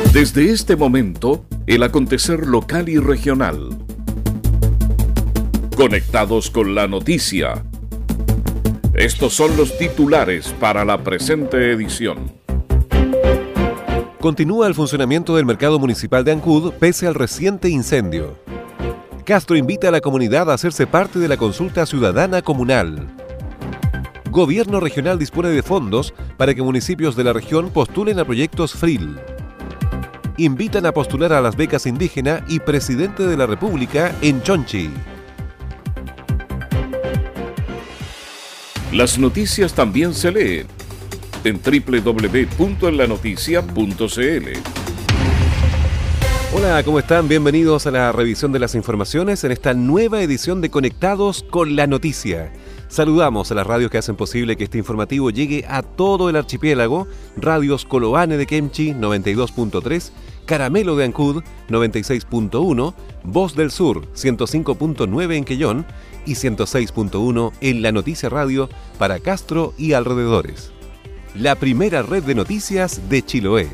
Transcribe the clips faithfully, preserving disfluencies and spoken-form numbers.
Desde este momento, el acontecer local y regional. Conectados con la noticia. Estos son los titulares para la presente edición. Continúa el funcionamiento del mercado municipal de Ancud pese al reciente incendio. Castro invita a la comunidad a hacerse parte de la consulta ciudadana comunal. Gobierno regional dispone de fondos para que municipios de la región postulen a proyectos F R I L. Invitan a postular a las becas indígena y presidente de la República en Chonchi. Las noticias también se leen en doble u doble u doble u punto en la noticia punto c l. Hola, ¿cómo están? Bienvenidos a la revisión de las informaciones en esta nueva edición de Conectados con la Noticia. Saludamos a las radios que hacen posible que este informativo llegue a todo el archipiélago. Radios Coloane de Kemchi, noventa y dos punto tres, Caramelo de Ancud, noventa y seis punto uno, Voz del Sur, ciento cinco punto nueve en Quellón y ciento seis punto uno en La Noticia Radio para Castro y alrededores. La primera red de noticias de Chiloé.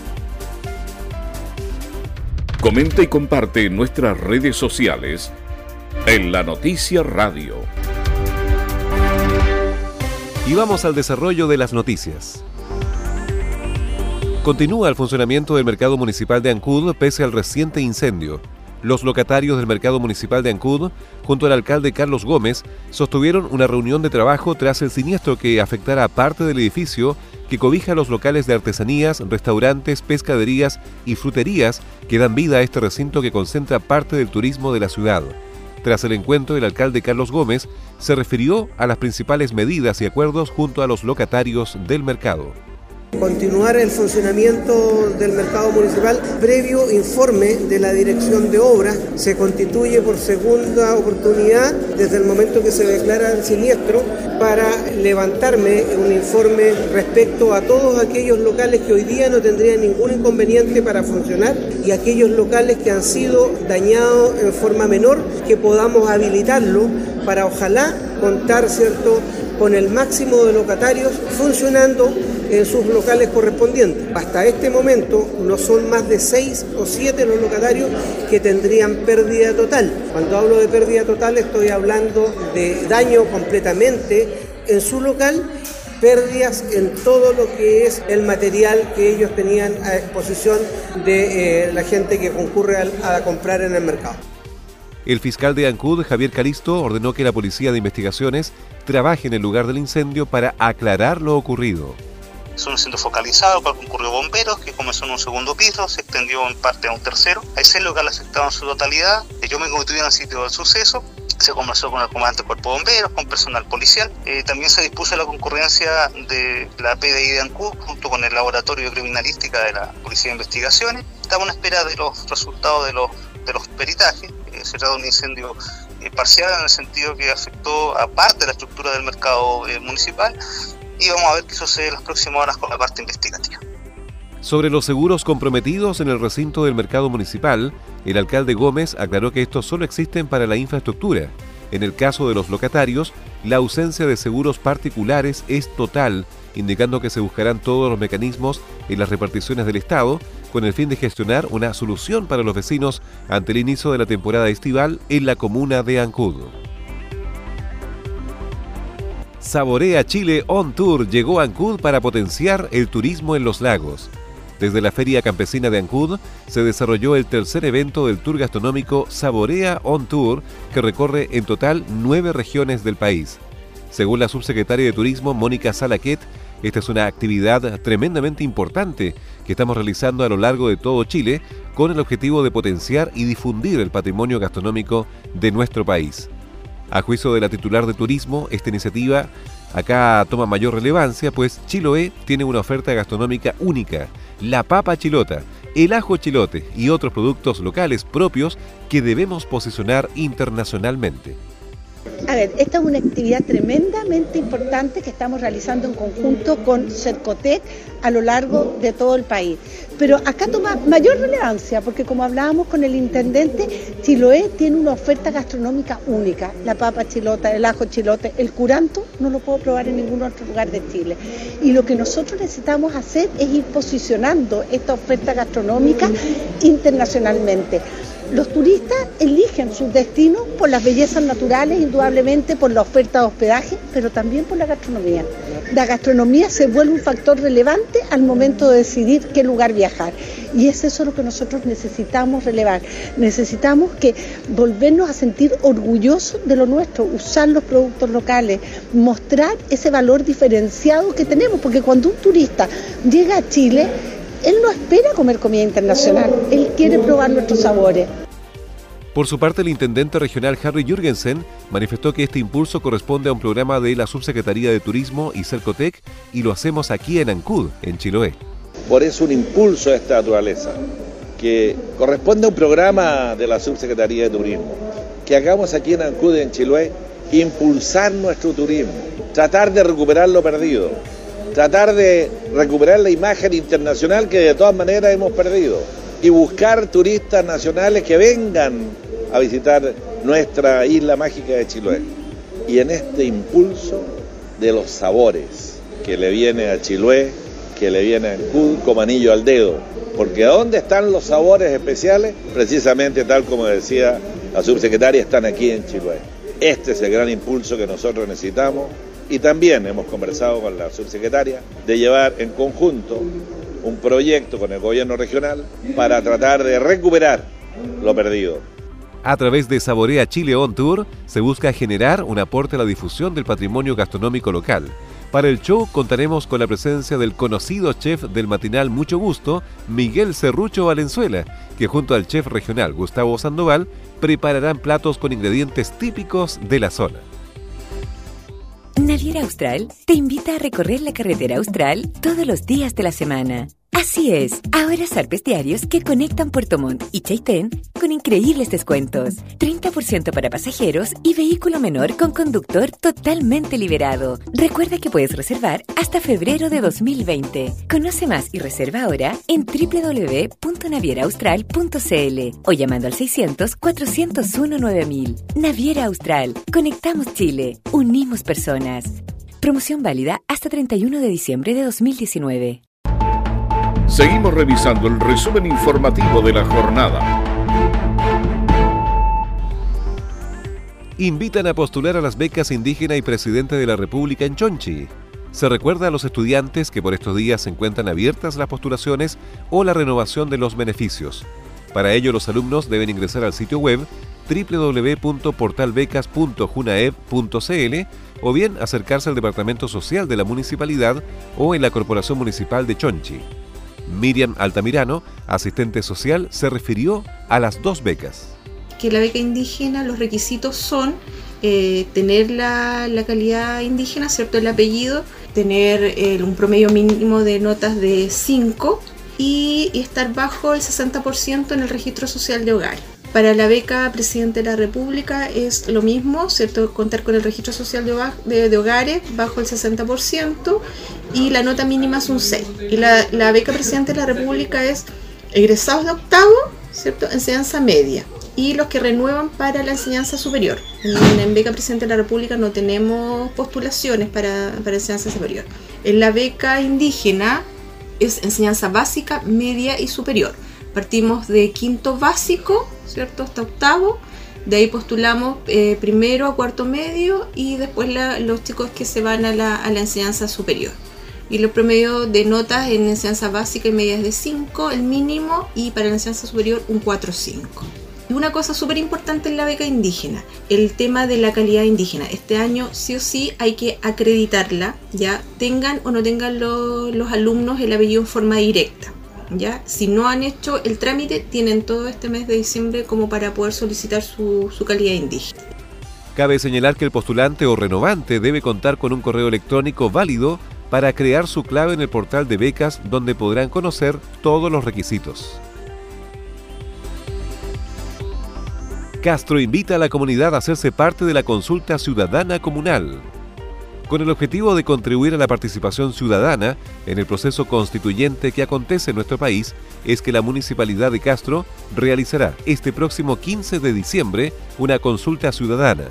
Comenta y comparte en nuestras redes sociales en La Noticia Radio. Y vamos al desarrollo de las noticias. Continúa el funcionamiento del mercado municipal de Ancud pese al reciente incendio. Los locatarios del mercado municipal de Ancud, junto al alcalde Carlos Gómez, sostuvieron una reunión de trabajo tras el siniestro que afectara a parte del edificio que cobija los locales de artesanías, restaurantes, pescaderías y fruterías que dan vida a este recinto que concentra parte del turismo de la ciudad. Tras el encuentro, el alcalde Carlos Gómez se refirió a las principales medidas y acuerdos junto a los locatarios del mercado. Continuar el funcionamiento del mercado municipal previo informe de la Dirección de Obras. Se constituye por segunda oportunidad desde el momento que se declara el siniestro para levantarme un informe respecto a todos aquellos locales que hoy día no tendrían ningún inconveniente para funcionar y aquellos locales que han sido dañados en forma menor, que podamos habilitarlo para ojalá contar, ¿cierto?, con el máximo de locatarios funcionando en sus locales correspondientes. Hasta este momento no son más de seis o siete los locatarios que tendrían pérdida total. Cuando hablo de pérdida total estoy hablando de daño completamente en su local, pérdidas en todo lo que es el material que ellos tenían a disposición de eh, la gente que concurre a, a comprar en el mercado. El fiscal de Ancud, Javier Calisto, ordenó que la Policía de Investigaciones trabaje en el lugar del incendio para aclarar lo ocurrido. Es un incendio focalizado al cual concurrió bomberos, que comenzó en un segundo piso, se extendió en parte a un tercero. Hay seis locales afectados en su totalidad. Yo me encontré en el sitio del suceso. Se conversó con el comandante del cuerpo de bomberos, con personal policial. Eh, también se dispuso la concurrencia de la P D I de Ancud junto con el laboratorio de criminalística de la Policía de Investigaciones. Estamos en espera de los resultados de los, de los peritajes. Eh, se trata de un incendio eh, parcial en el sentido que afectó a parte de la estructura del mercado eh, municipal. Y vamos a ver qué sucede en las próximas horas con la parte investigativa. Sobre los seguros comprometidos en el recinto del mercado municipal, el alcalde Gómez aclaró que estos solo existen para la infraestructura. En el caso de los locatarios, la ausencia de seguros particulares es total, indicando que se buscarán todos los mecanismos en las reparticiones del Estado con el fin de gestionar una solución para los vecinos ante el inicio de la temporada estival en la comuna de Ancud. Saborea Chile On Tour llegó a Ancud para potenciar el turismo en los lagos. Desde la Feria Campesina de Ancud se desarrolló el tercer evento del tour gastronómico Saborea On Tour, que recorre en total nueve regiones del país. Según la subsecretaria de Turismo, Mónica Salaquet, esta es una actividad tremendamente importante que estamos realizando a lo largo de todo Chile con el objetivo de potenciar y difundir el patrimonio gastronómico de nuestro país. A juicio de la titular de Turismo, esta iniciativa acá toma mayor relevancia, pues Chiloé tiene una oferta gastronómica única, la papa chilota, el ajo chilote y otros productos locales propios que debemos posicionar internacionalmente. A ver, esta es una actividad tremendamente importante que estamos realizando en conjunto con Cercotec a lo largo de todo el país. Pero acá toma mayor relevancia porque, como hablábamos con el intendente, Chiloé tiene una oferta gastronómica única. La papa chilota, el ajo chilote, el curanto, no lo puedo probar en ningún otro lugar de Chile. Y lo que nosotros necesitamos hacer es ir posicionando esta oferta gastronómica internacionalmente. Los turistas eligen sus destinos por las bellezas naturales, indudablemente por la oferta de hospedaje, pero también por la gastronomía. La gastronomía se vuelve un factor relevante al momento de decidir qué lugar viajar. Y es eso lo que nosotros necesitamos relevar. Necesitamos que volvernos a sentir orgullosos de lo nuestro, usar los productos locales, mostrar ese valor diferenciado que tenemos, porque cuando un turista llega a Chile, él no espera comer comida internacional, él quiere probar nuestros sabores. Por su parte, el intendente regional Harry Jürgensen manifestó que este impulso corresponde a un programa de la Subsecretaría de Turismo y Cercotec y lo hacemos aquí en Ancud, en Chiloé. Por eso un impulso de esta naturaleza, que corresponde a un programa de la Subsecretaría de Turismo, que hagamos aquí en Ancud, en Chiloé, impulsar nuestro turismo, tratar de recuperar lo perdido, tratar de recuperar la imagen internacional que de todas maneras hemos perdido y buscar turistas nacionales que vengan a visitar nuestra isla mágica de Chiloé. Y en este impulso de los sabores que le viene a Chiloé, que le viene a Ancud como anillo al dedo, porque ¿dónde están los sabores especiales? Precisamente tal como decía la subsecretaria, están aquí en Chiloé. Este es el gran impulso que nosotros necesitamos. Y también hemos conversado con la subsecretaria de llevar en conjunto un proyecto con el gobierno regional para tratar de recuperar lo perdido. A través de Saborea Chile On Tour se busca generar un aporte a la difusión del patrimonio gastronómico local. Para el show contaremos con la presencia del conocido chef del matinal Mucho Gusto, Miguel Cerrucho Valenzuela, que junto al chef regional Gustavo Sandoval prepararán platos con ingredientes típicos de la zona. Naviera Austral te invita a recorrer la carretera Austral todos los días de la semana. Así es, ahora zarpes diarios que conectan Puerto Montt y Chaitén con increíbles descuentos. treinta por ciento para pasajeros y vehículo menor con conductor totalmente liberado. Recuerda que puedes reservar hasta febrero de dos mil veinte. Conoce más y reserva ahora en doble u doble u doble u punto naviera austral punto c l o llamando al seiscientos, cuatrocientos uno, nueve mil. Naviera Austral. Conectamos Chile. Unimos personas. Promoción válida hasta treinta y uno de diciembre de dos mil diecinueve. Seguimos revisando el resumen informativo de la jornada. Invitan a postular a las becas indígena y presidente de la República en Chonchi. Se recuerda a los estudiantes que por estos días se encuentran abiertas las postulaciones o la renovación de los beneficios. Para ello, los alumnos deben ingresar al sitio web doble u doble u doble u punto portal becas punto junaed punto c l o bien acercarse al Departamento Social de la Municipalidad o en la Corporación Municipal de Chonchi. Miriam Altamirano, asistente social, se refirió a las dos becas. Que la beca indígena, los requisitos son eh, tener la, la calidad indígena, ¿cierto? El apellido, tener eh, un promedio mínimo de notas de cinco y, y estar bajo el sesenta por ciento en el registro social de hogar. Para la beca Presidente de la República es lo mismo, ¿cierto? Contar con el registro social de, hogar, de, de hogares bajo el sesenta por ciento y la nota mínima es un seis. Y la, la beca Presidente de la República es egresados de octavo, ¿cierto? Enseñanza media y los que renuevan para la enseñanza superior. En, en beca Presidente de la República no tenemos postulaciones para, para enseñanza superior. En la beca indígena es enseñanza básica, media y superior. Partimos de quinto básico, ¿cierto? Hasta octavo. De ahí postulamos eh, primero a cuarto medio y después la, los chicos que se van a la, a la enseñanza superior. Y los promedios de notas en enseñanza básica y media es de cinco, el mínimo, y para la enseñanza superior un cuatro cinco. Y una cosa súper importante en la beca indígena, el tema de la calidad indígena. Este año sí o sí hay que acreditarla, ya tengan o no tengan lo, los alumnos el apellido en forma directa. ¿Ya? Si no han hecho el trámite, tienen todo este mes de diciembre como para poder solicitar su, su calidad indígena. Cabe señalar que el postulante o renovante debe contar con un correo electrónico válido para crear su clave en el portal de becas, donde podrán conocer todos los requisitos. Castro invita a la comunidad a hacerse parte de la consulta ciudadana comunal. Con el objetivo de contribuir a la participación ciudadana en el proceso constituyente que acontece en nuestro país, es que la Municipalidad de Castro realizará este próximo quince de diciembre una consulta ciudadana.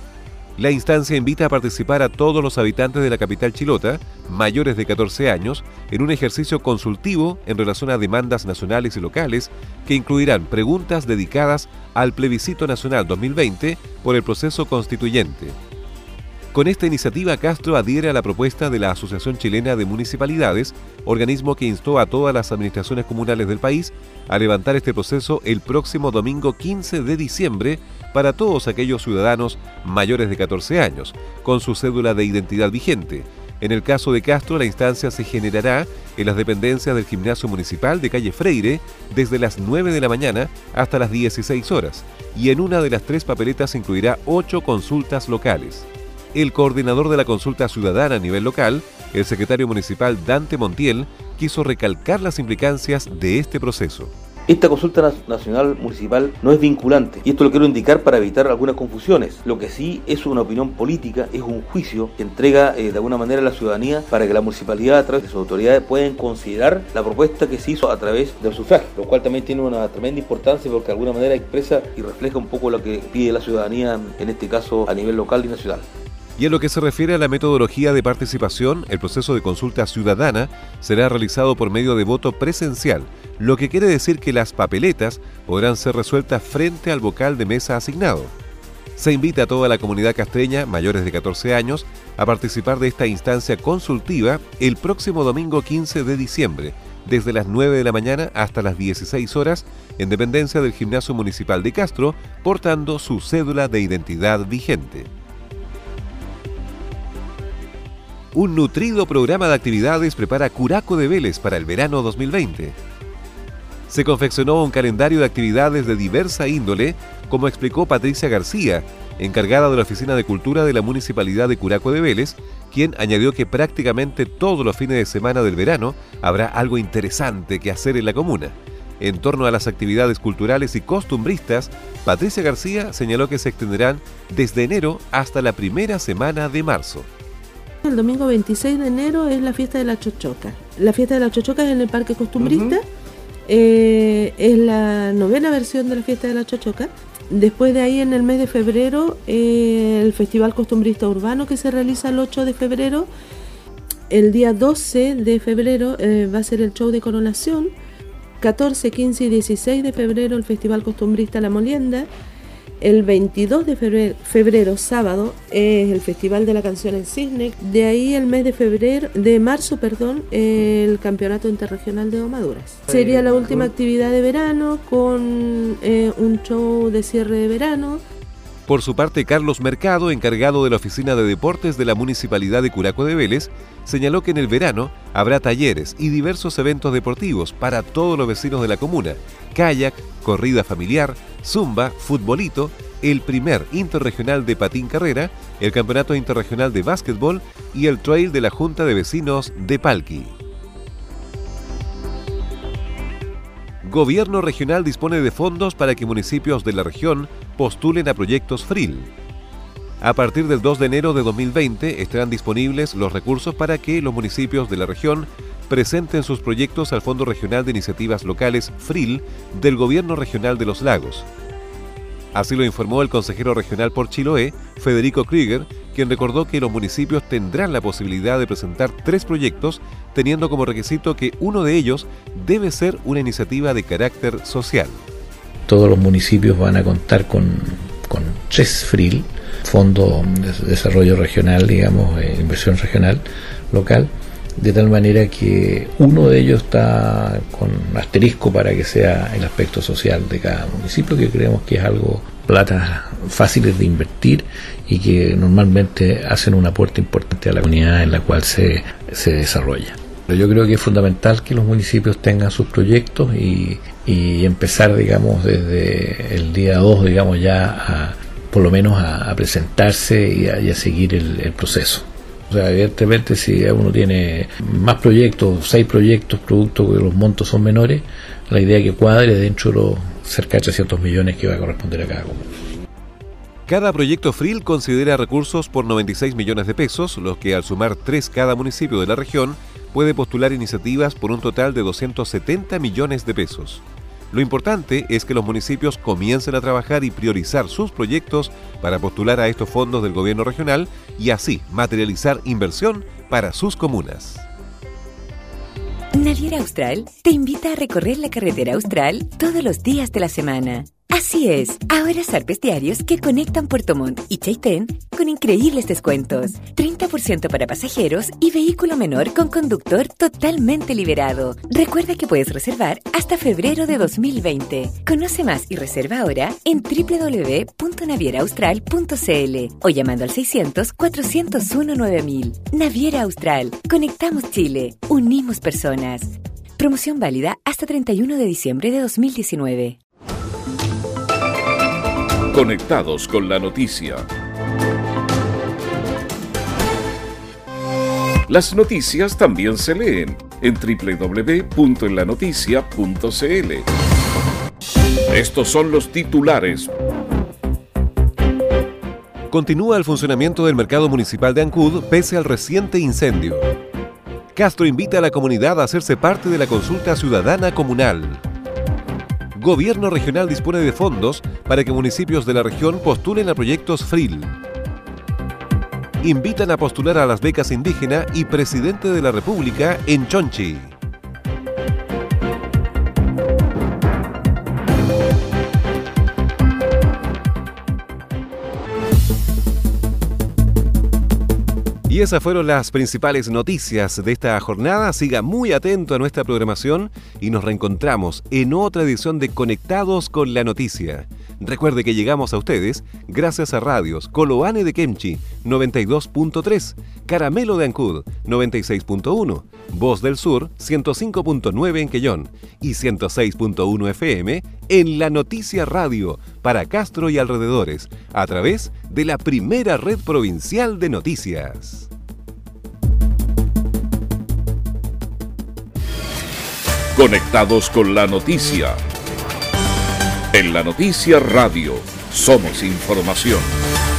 La instancia invita a participar a todos los habitantes de la capital chilota, mayores de catorce años, en un ejercicio consultivo en relación a demandas nacionales y locales que incluirán preguntas dedicadas al plebiscito nacional dos mil veinte por el proceso constituyente. Con esta iniciativa, Castro adhiere a la propuesta de la Asociación Chilena de Municipalidades, organismo que instó a todas las administraciones comunales del país a levantar este proceso el próximo domingo quince de diciembre para todos aquellos ciudadanos mayores de catorce años, con su cédula de identidad vigente. En el caso de Castro, la instancia se generará en las dependencias del Gimnasio Municipal de calle Freire desde las nueve de la mañana hasta las dieciséis horas, y en una de las tres papeletas incluirá ocho consultas locales. El coordinador de la consulta ciudadana a nivel local, el secretario municipal Dante Montiel, quiso recalcar las implicancias de este proceso. Esta consulta nacional municipal no es vinculante, y esto lo quiero indicar para evitar algunas confusiones. Lo que sí es una opinión política, es un juicio que entrega eh, de alguna manera a la ciudadanía para que la municipalidad a través de sus autoridades puedan considerar la propuesta que se hizo a través del sufragio, lo cual también tiene una tremenda importancia porque de alguna manera expresa y refleja un poco lo que pide la ciudadanía, en este caso a nivel local y nacional. Y en lo que se refiere a la metodología de participación, el proceso de consulta ciudadana será realizado por medio de voto presencial, lo que quiere decir que las papeletas podrán ser resueltas frente al vocal de mesa asignado. Se invita a toda la comunidad castreña, mayores de catorce años, a participar de esta instancia consultiva el próximo domingo quince de diciembre, desde las nueve de la mañana hasta las dieciséis horas, en dependencia del Gimnasio Municipal de Castro, portando su cédula de identidad vigente. Un nutrido programa de actividades prepara Curacao de Vélez para el verano dos mil veinte. Se confeccionó un calendario de actividades de diversa índole, como explicó Patricia García, encargada de la Oficina de Cultura de la Municipalidad de Curacao de Vélez, quien añadió que prácticamente todos los fines de semana del verano habrá algo interesante que hacer en la comuna. En torno a las actividades culturales y costumbristas, Patricia García señaló que se extenderán desde enero hasta la primera semana de marzo. El domingo veintiséis de enero es la fiesta de la chochoca. La fiesta de la chochoca es en el Parque Costumbrista. Uh-huh. eh, es la novena versión de la fiesta de la chochoca. Después de ahí, en el mes de febrero, eh, el Festival Costumbrista Urbano, que se realiza el ocho de febrero. El día doce de febrero eh, va a ser el show de coronación. catorce, quince y dieciséis de febrero el Festival Costumbrista La Molienda. El veintidós de febrero, febrero, sábado, es el Festival de la Canción en Cisne. De ahí el mes de febrero, de marzo, perdón, el Campeonato Interregional de Domaduras. Sería la última actividad de verano con eh, un show de cierre de verano. Por su parte, Carlos Mercado, encargado de la Oficina de Deportes de la Municipalidad de Curacao de Vélez, señaló que en el verano habrá talleres y diversos eventos deportivos para todos los vecinos de la comuna: kayak, corrida familiar, zumba, futbolito, el primer interregional de patín carrera, el campeonato interregional de básquetbol y el trail de la Junta de Vecinos de Palqui. Gobierno regional dispone de fondos para que municipios de la región postulen a proyectos F R I L. A partir del dos de enero de dos mil veinte estarán disponibles los recursos para que los municipios de la región presenten sus proyectos al Fondo Regional de Iniciativas Locales F R I L del Gobierno Regional de los Lagos. Así lo informó el consejero regional por Chiloé, Federico Krieger, quien recordó que los municipios tendrán la posibilidad de presentar tres proyectos, teniendo como requisito que uno de ellos debe ser una iniciativa de carácter social. Todos los municipios van a contar con, con tres F R I L, Fondo de Desarrollo Regional, digamos, eh, Inversión Regional Local, de tal manera que uno de ellos está con asterisco para que sea el aspecto social de cada municipio, que creemos que es algo, plata fáciles de invertir y que normalmente hacen un aporte importante a la comunidad en la cual se, se desarrolla. Yo creo que es fundamental que los municipios tengan sus proyectos y, y empezar, digamos, desde el día dos, digamos, ya a, por lo menos a, a presentarse y a, y a seguir el, el proceso. O sea, evidentemente, si uno tiene más proyectos, seis proyectos, producto que los montos son menores, la idea es que cuadre dentro de los cerca de trescientos millones que va a corresponder a cada comuna. Cada proyecto F R I L considera recursos por noventa y seis millones de pesos, los que al sumar tres cada municipio de la región puede postular iniciativas por un total de doscientos setenta millones de pesos. Lo importante es que los municipios comiencen a trabajar y priorizar sus proyectos para postular a estos fondos del gobierno regional y así materializar inversión para sus comunas. Naviera Austral te invita a recorrer la carretera Austral todos los días de la semana. Así es, ahora zarpes diarios que conectan Puerto Montt y Chaitén con increíbles descuentos. treinta por ciento para pasajeros y vehículo menor con conductor totalmente liberado. Recuerda que puedes reservar hasta febrero de dos mil veinte. Conoce más y reserva ahora en doble u doble u doble u punto naviera austral punto c l o llamando al seiscientos, cuatrocientos uno, nueve mil. Naviera Austral. Conectamos Chile. Unimos personas. Promoción válida hasta treinta y uno de diciembre de dos mil diecinueve. Conectados con la noticia. Las noticias también se leen en doble u doble u doble u punto en la noticia punto c l. Estos son los titulares. Continúa el funcionamiento del mercado municipal de Ancud pese al reciente incendio. Castro invita a la comunidad a hacerse parte de la consulta ciudadana comunal. Gobierno regional dispone de fondos para que municipios de la región postulen a proyectos F R I L. Invitan a postular a las becas indígena y presidente de la República en Chonchi. Y esas fueron las principales noticias de esta jornada. Siga muy atento a nuestra programación y nos reencontramos en otra edición de Conectados con la Noticia. Recuerde que llegamos a ustedes gracias a radios Coloane de Kemchi noventa y dos punto tres, Caramelo de Ancud noventa y seis punto uno, Voz del Sur ciento cinco punto nueve en Quellón y ciento seis punto uno F M en La Noticia Radio para Castro y alrededores a través de la primera red provincial de noticias. Conectados con la noticia. En La Noticia Radio somos información.